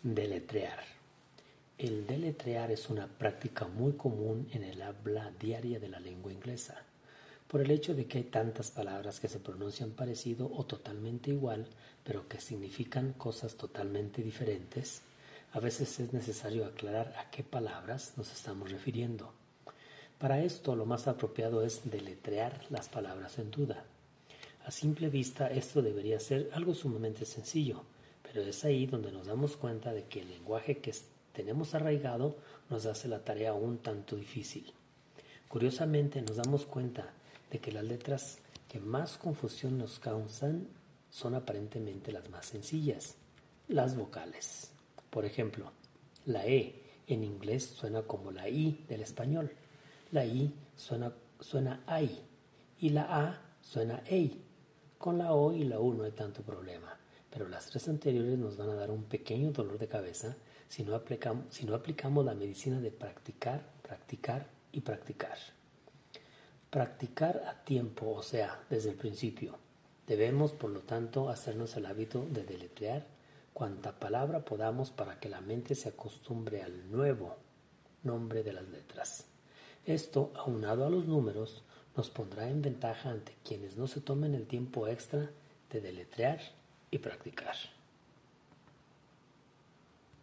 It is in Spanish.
Deletrear. El deletrear es una práctica muy común en el habla diaria de la lengua inglesa, por el hecho de que hay tantas palabras que se pronuncian parecido o totalmente igual, pero que significan cosas totalmente diferentes. A veces es necesario aclarar a qué palabras nos estamos refiriendo. Para esto, lo más apropiado es deletrear las palabras en duda. A simple vista, esto debería ser algo sumamente sencillo, pero es ahí donde nos damos cuenta de que el lenguaje que tenemos arraigado nos hace la tarea un tanto difícil. Curiosamente, nos damos cuenta de que las letras que más confusión nos causan son aparentemente las más sencillas, las vocales. Por ejemplo, la E en inglés suena como la I del español, la I suena AI y la A suena EI. Con la O y la U no hay tanto problema, pero las tres anteriores nos van a dar un pequeño dolor de cabeza si no aplicamos la medicina de practicar, practicar y practicar. Practicar a tiempo, o sea, desde el principio. Debemos, por lo tanto, hacernos el hábito de deletrear cuanta palabra podamos para que la mente se acostumbre al nuevo nombre de las letras. Esto, aunado a los números, nos pondrá en ventaja ante quienes no se tomen el tiempo extra de deletrear y practicar.